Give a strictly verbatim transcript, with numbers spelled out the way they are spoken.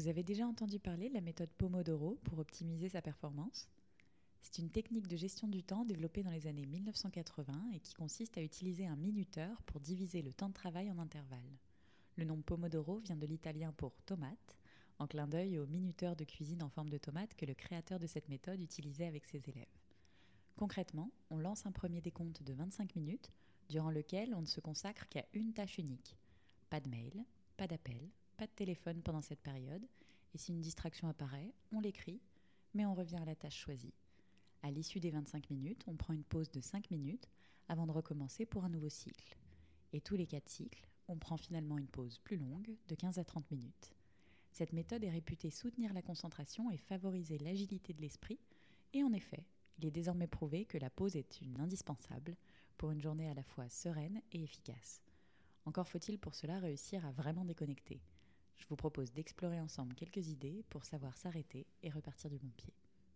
Vous avez déjà entendu parler de la méthode Pomodoro pour optimiser sa performance ? C'est une technique de gestion du temps développée dans les années mille neuf cent quatre-vingts et qui consiste à utiliser un minuteur pour diviser le temps de travail en intervalles. Le nom Pomodoro vient de l'italien pour tomate, en clin d'œil au minuteur de cuisine en forme de tomate que le créateur de cette méthode utilisait avec ses élèves. Concrètement, on lance un premier décompte de vingt-cinq minutes, durant lequel on ne se consacre qu'à une tâche unique. Pas de mail, pas d'appel, pas de téléphone pendant cette période, et si une distraction apparaît, on l'écrit, mais on revient à la tâche choisie. À l'issue des vingt-cinq minutes, on prend une pause de cinq minutes avant de recommencer pour un nouveau cycle. Et tous les quatre cycles, on prend finalement une pause plus longue, de quinze à trente minutes. Cette méthode est réputée soutenir la concentration et favoriser l'agilité de l'esprit, et en effet, il est désormais prouvé que la pause est une indispensable pour une journée à la fois sereine et efficace. Encore faut-il pour cela réussir à vraiment déconnecter. Je vous propose d'explorer ensemble quelques idées pour savoir s'arrêter et repartir du bon pied.